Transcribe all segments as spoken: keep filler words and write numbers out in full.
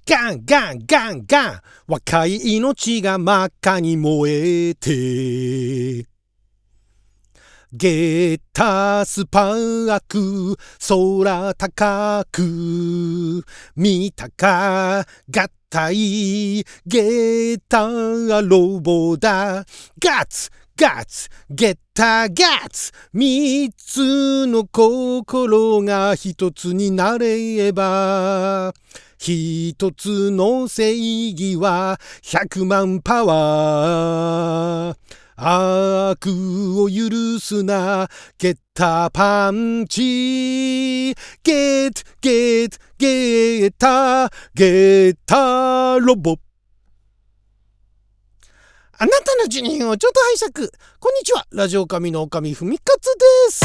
ガンガンガンガン若い命が真っ赤に燃えてゲッタースパーク空高く見たか合体ゲッターロボだガッツガッツゲッターガッツ三つの心が一つになれば一つの正義は百万パワー悪を許すなゲッターパンチゲッゲッゲッターゲッターロボあなたの受任をちょっと拝借こんにちはラジオ神の神ふみかつです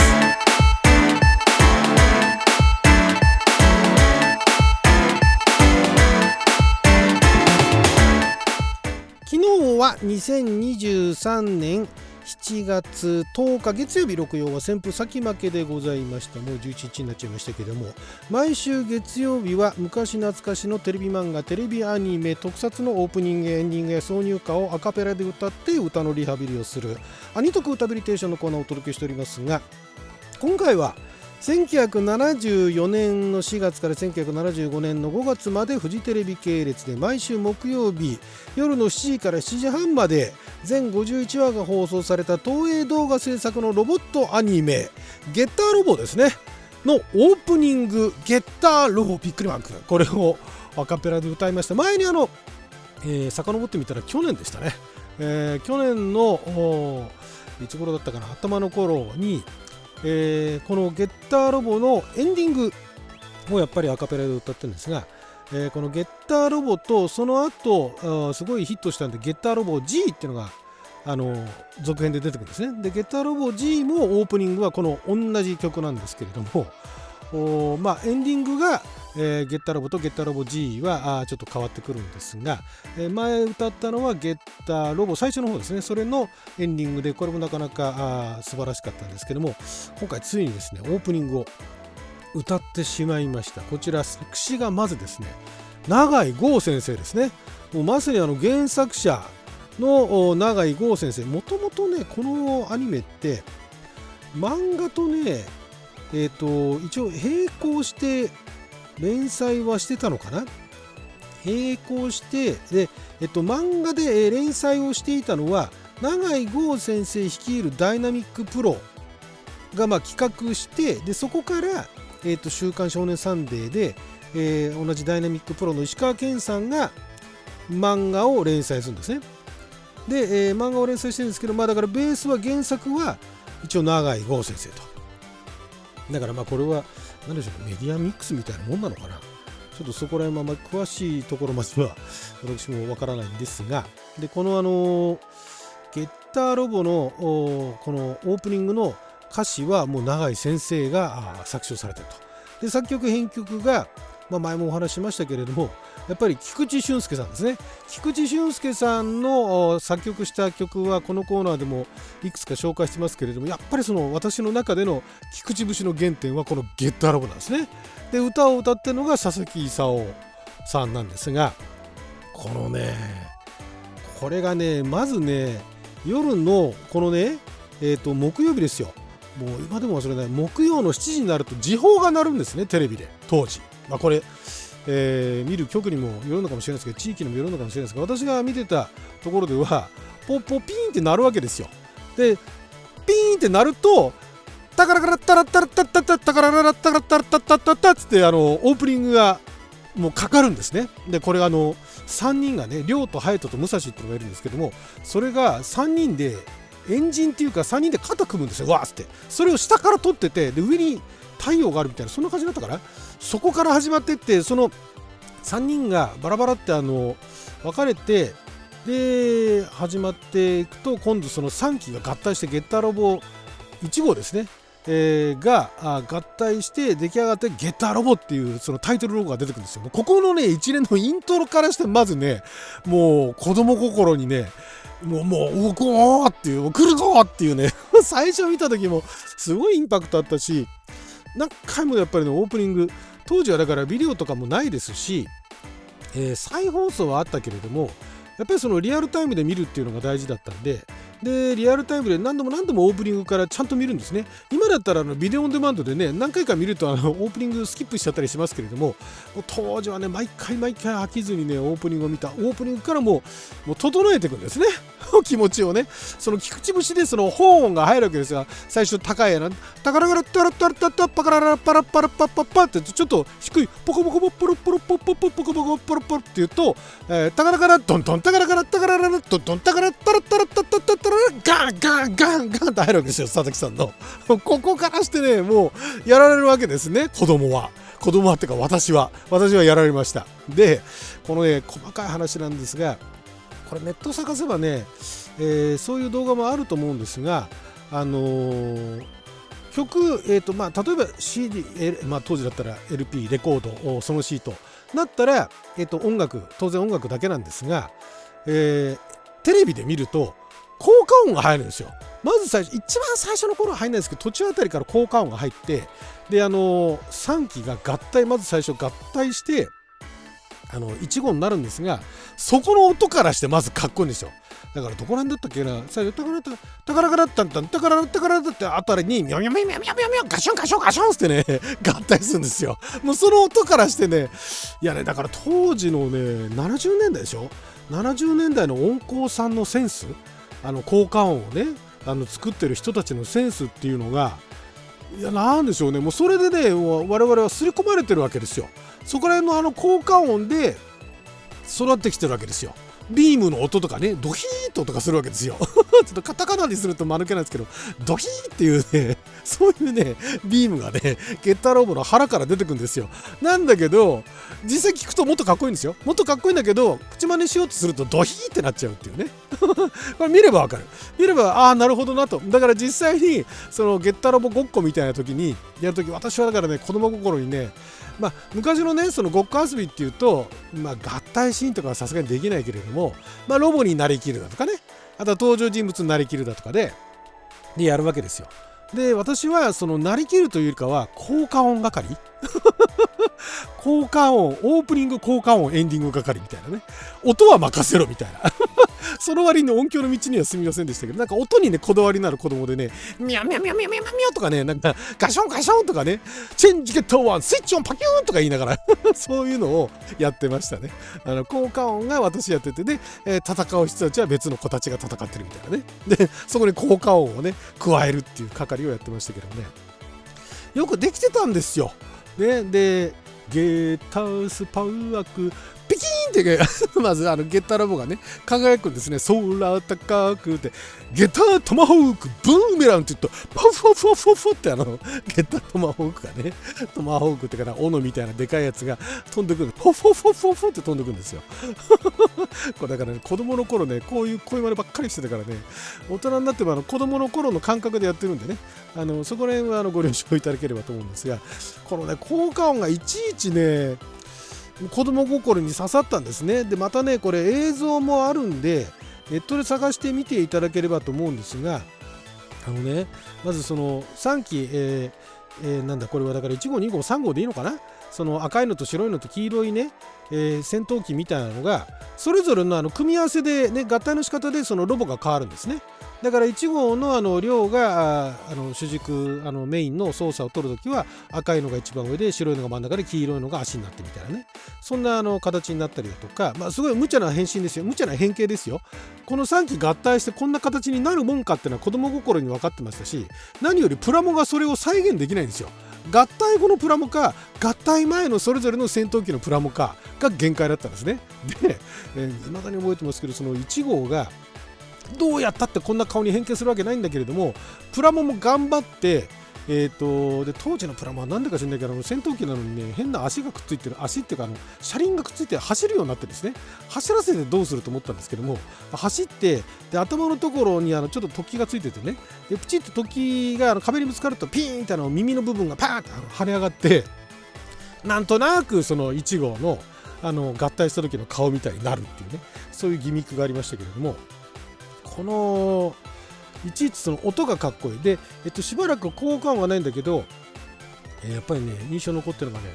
昨日はにせんにじゅうさんねんしちがつとおか月曜日録曜は旋風先負けでございました。もうじゅういちにちになっちゃいましたけども毎週月曜日は昔懐かしのテレビ漫画テレビアニメ特撮のオープニングエンディングや挿入歌をアカペラで歌って歌のリハビリをするアニトク歌ビリテーションのコーナーをお届けしておりますが今回はせんきゅうひゃくななじゅうよねんのしがつからせんきゅうひゃくななじゅうごねんのごがつまでフジテレビ系列で毎週木曜日夜のしちじからしちじはんまで全ごじゅういちわが放送された東映動画制作のロボットアニメゲッターロボですねのオープニングゲッターロボびっくりマークこれをアカペラで歌いました。前にあの、えー、遡ってみたら去年でしたね、えー、去年のいつ頃だったかな頭の頃にえー、このゲッターロボのエンディングをやっぱりアカペラで歌ってるんですが、えー、このゲッターロボとその後すごいヒットしたんでゲッターロボ G っていうのがあの続編で出てくるんですね。でゲッターロボ G もオープニングはこの同じ曲なんですけれどもおまあエンディングが、えー、ゲッターロボとゲッターロボ G はあちょっと変わってくるんですが、えー、前歌ったのはゲッターロボ最初の方ですね。それのエンディングでこれもなかなかあ素晴らしかったんですけども今回ついにですねオープニングを歌ってしまいました。こちら作詞がまずですね永井豪先生ですね。もうまさにあの原作者の永井豪先生もともとねこのアニメって漫画とねえーと一応並行して連載はしてたのかな並行してで、えっと、漫画で連載をしていたのは永井豪先生率いるダイナミックプロがまあ企画してでそこから、えっと、週刊少年サンデーで、えー、同じダイナミックプロの石川健さんが漫画を連載するんですね。で、えー、漫画を連載してるんですけどまあだからベースは原作は一応永井豪先生とだからまあこれは何でしょうメディアミックスみたいなもんなのかなちょっとそこら辺はまあ詳しいところまでは私もわからないんですがでこのあのゲッターロボのこのオープニングの歌詞はもう永井先生が作詞をされているとで作曲編曲がまあ前もお話ししましたけれどもやっぱり菊池俊介さんですね。菊池俊介さんの作曲した曲はこのコーナーでもいくつか紹介してますけれどもやっぱりその私の中での菊池節の原点はこのゲッターロボなんですね。で歌を歌ってるのが佐々木功さんなんですがこのねこれがねまずね夜のこのねえっと木曜日ですよ。もう今でも忘れない木曜のしちじになると時報が鳴るんですねテレビで当時。まあこれえー、見る局にもよるのかもしれないですけど地域にもよるのかもしれないですが私が見てたところではポッポピーンって鳴るわけですよ。でピーンって鳴るとタカラカラッタラッタラッタッタッタッタカラララッタラッタラッタッタッタッタッつってあのオープニングがもうかかるんですね。でこれあのさんにんがね亮と隼人と武蔵っていうのがいるんですけどもそれがさんにんでエンジンっていうかさんにんで肩組むんですよわーっつってそれを下から撮っててで上に太陽があるみたいなそんな感じだったからそこから始まってってそのさんにんがバラバラってあの分かれてで始まっていくと今度そのさんきが合体してゲッターロボいち号ですね、えー、が合体して出来上がってゲッターロボっていうそのタイトルロゴが出てくるんですよ。ここのね一連のイントロからしてまずねもう子供心にねもうもうおこーっていう来るぞっていうね最初見た時もすごいインパクトあったし何回もやっぱりねオープニング当時はだからビデオとかもないですしえー、再放送はあったけれども、やっぱりそのリアルタイムで見るっていうのが大事だったんで、でリアルタイムで何度も何度もオープニングからちゃんと見るんですね。今だったらあのビデオオンデマンドでね、何回か見るとあのオープニングスキップしちゃったりしますけれども、もう当時はね毎回毎回飽きずにねオープニングを見た。オープニングからもうもう整えていくんですね気持ちをね。その菊池節でそのホーンが入るわけですが、最初高いやな、タカラガラッタラッタラッタッタッパカララパラッパラッパッパッパってちょっと低いポコポコポポロポロポポポポコポコポロポロって言うと、えー、タカラガラドンドンタカラガラタカラララドンドンタカラッタラッタラッタッタッタッタラガンガンガンガンって入るわけですよ、佐々木さんの。ここからしてねもうやられるわけですね、子供は。子供はってか私は私はやられました。でこのね細かい話なんですが、これネット探せばね、えー、そういう動画もあると思うんですが、あのー、曲、えーとまあ、例えば シーディー、まあ、当時だったら エルピー レコードそのシートだったら、えーと音楽当然音楽だけなんですが、えー、テレビで見ると効果音が入るんですよ。まず最初一番最初の頃は入らないですけど、途中あたりから効果音が入って、であのー、さんきが合体、まず最初合体してあのいち号になるんですが、そこの音からしてまずかっこいいんですよ。だからどこなんだったっけな、最初タカラタタカラカラッタンタンタカラタカラタってあたりにミョミョミョミョミョミョミョガションガションガションってね合体するんですよ。もうその音からしてね、いやねだから当時のねななじゅうねんだいでしょ、ななじゅうねんだいの音工さんのセンス、あの効果音をねあの作ってる人たちのセンスっていうのが、いやなんでしょうね、もうそれでね我々は刷り込まれてるわけですよ。そこら辺のあの効果音で育ってきてるわけですよ。ビームの音とかね、ドヒートとかするわけですよちょっとカタカナにすると間抜けなんですけど、ドヒーっていうねそういうねビームがねゲッターロボの腹から出てくるんですよ。なんだけど実際聞くともっとかっこいいんですよ。もっとかっこいいんだけど、口真似しようとするとドヒーってなっちゃうっていうねこれ見ればわかる、見ればああなるほどなと。だから実際にそのゲッターロボごっこみたいな時にやる時、私はだからね子供心にね、まあ、昔のねそのごっこ遊びっていうと、まあ、合体シーンとかはさすがにできないけれども、まあ、ロボになりきるだとかね、あとは登場人物になりきるだとかででやるわけですよ。で私はそのなりきるというよりかは効果音係効果音オープニング効果音エンディング係みたいなね、音は任せろみたいなその割に音響の道には進みませんでしたけど、なんか音にねこだわりのある子供でね、ミャミャミャミャミャミャとかね、なんかガションガションとかね、チェンジゲットワンスイッチオンパキューンとか言いながらそういうのをやってましたね。あの効果音が私やっててね、えー、戦う人たちは別の子たちが戦ってるみたいなね、でそこに効果音をね加えるっていう係をやってましたけどね、よくできてたんですよ。ね、でゲータースパワークピキーンってまずあのゲッターラボがね輝くんですね。空高くってゲッタートマホークブーメランって言うとパフパフパフパフってあのゲッタートマホークがね、トマホークってから斧みたいなでかいやつが飛んでくる、パフパフパフパフって飛んでくるんですよこれだからね子供の頃ねこういう声真似ばっかりしてたからね、大人になってもあの子供の頃の感覚でやってるんでね、あのそこら辺はあのご了承いただければと思うんですが、このね効果音がいちいちね子供心に刺さったんですね。でまたねこれ映像もあるんでネットで探してみていただければと思うんですが、あのねまずそのさんき、えーえー、なんだこれはだからいち号に号さん号でいいのかな、その赤いのと白いのと黄色いね、えー、戦闘機みたいなのがそれぞれのあの組み合わせでね合体の仕方でそのロボが変わるんですね。だからいち号のあの量がああの主軸あのメインの操作を取るときは赤いのが一番上で白いのが真ん中で黄色いのが足になってみたいなね、そんなあの形になったりだとか、まあ、すごい無茶な変身ですよ、無茶な変形ですよ。このさんき合体してこんな形になるもんかっていうのは子供心に分かってましたし、何よりプラモがそれを再現できないんですよ。合体後のプラモか合体前のそれぞれの戦闘機のプラモかが限界だったんですね。で、えー、未だに覚えてますけど、そのいち号がどうやったってこんな顔に変形するわけないんだけれども、プラモも頑張って、えー、とで当時のプラモは何でか知らないけど戦闘機なのにね変な足がくっついてる、足っていうかあの車輪がくっついて走るようになってるんですね。走らせてどうすると思ったんですけども、走ってで頭のところにあのちょっと突起がついててね、でプチッと突起があの壁にぶつかるとピーンってあの耳の部分がパーンって跳ね上がって、なんとなくそのいち号のあの合体した時の顔みたいになるっていうね、そういうギミックがありましたけれども、このいちいちその音がかっこいいで、えっと、しばらく効果音はないんだけど、えー、やっぱりね印象残ってるのがね、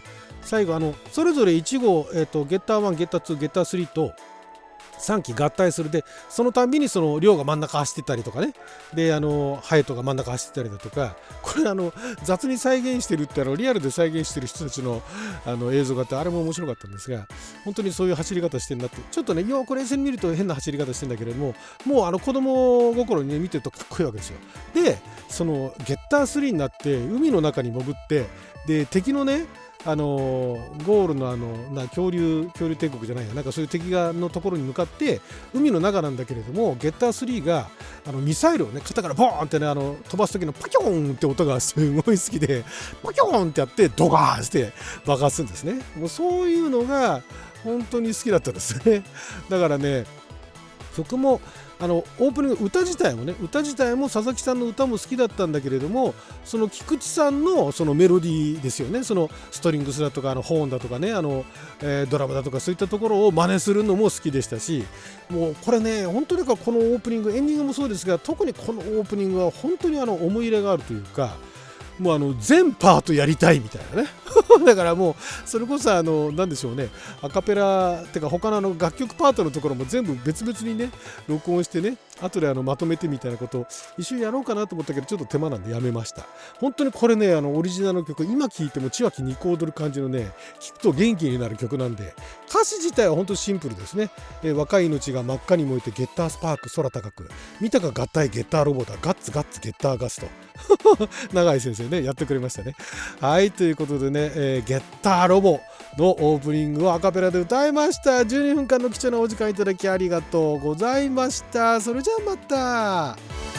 最後あのそれぞれいち号、えーと、ゲッターワンゲッターツーゲッタースリーとさんき合体するで、そのたんびにその亮が真ん中走ってたりとかね、であのハヤトが真ん中走ってたりだとか、これあの雑に再現してるってあのリアルで再現してる人たちのあの映像があって、あれも面白かったんですが、本当にそういう走り方してんなって、ちょっとねようこれ エスエヌ 見ると変な走り方してんだけれども、もうあの子供心にね見てるとかっこいいわけですよ。でそのゲッタースリーになって海の中に潜って、で敵のねあのー、ゴールのあのな恐竜恐竜帝国じゃないや、なんかそういう敵がのところに向かって海の中なんだけれども、ゲッタースリーがあのミサイルをね肩からボーンってねあの飛ばす時のパキョーンって音がすごい好きで、パキョーンってやってドガーンって爆発するんですね。もうそういうのが本当に好きだったんですね。だからね曲もあのオープニング歌自体もね歌自体も佐々木さんの歌も好きだったんだけれども、その菊池さんのそのメロディーですよね、そのストリングスだとかあのホーンだとかねあの、えー、ドラムだとかそういったところを真似するのも好きでしたし、もうこれね本当にこのオープニングエンディングもそうですが、特にこのオープニングは本当にあの思い入れがあるというか、もうあの全パートやりたいみたいなねだからもうそれこそあの何でしょうね、アカペラってか他のあの楽曲パートのところも全部別々にね録音してね、後であのまとめてみたいなことを一緒にやろうかなと思ったけど、ちょっと手間なんでやめました。本当にこれねあのオリジナルの曲、今聴いても千秋肉踊る感じのね、聴くと元気になる曲なんで、歌詞自体は本当シンプルですね。えー、若い命が真っ赤に燃えてゲッタースパーク空高く見たか合体ゲッターロボだガッツガッツゲッターガスと永井先生ねやってくれましたね。はい、ということでね、えー、ゲッターロボのオープニングをアカペラで歌いました。じゅうにふんかんの貴重なお時間いただきありがとうございました。それじゃあまた。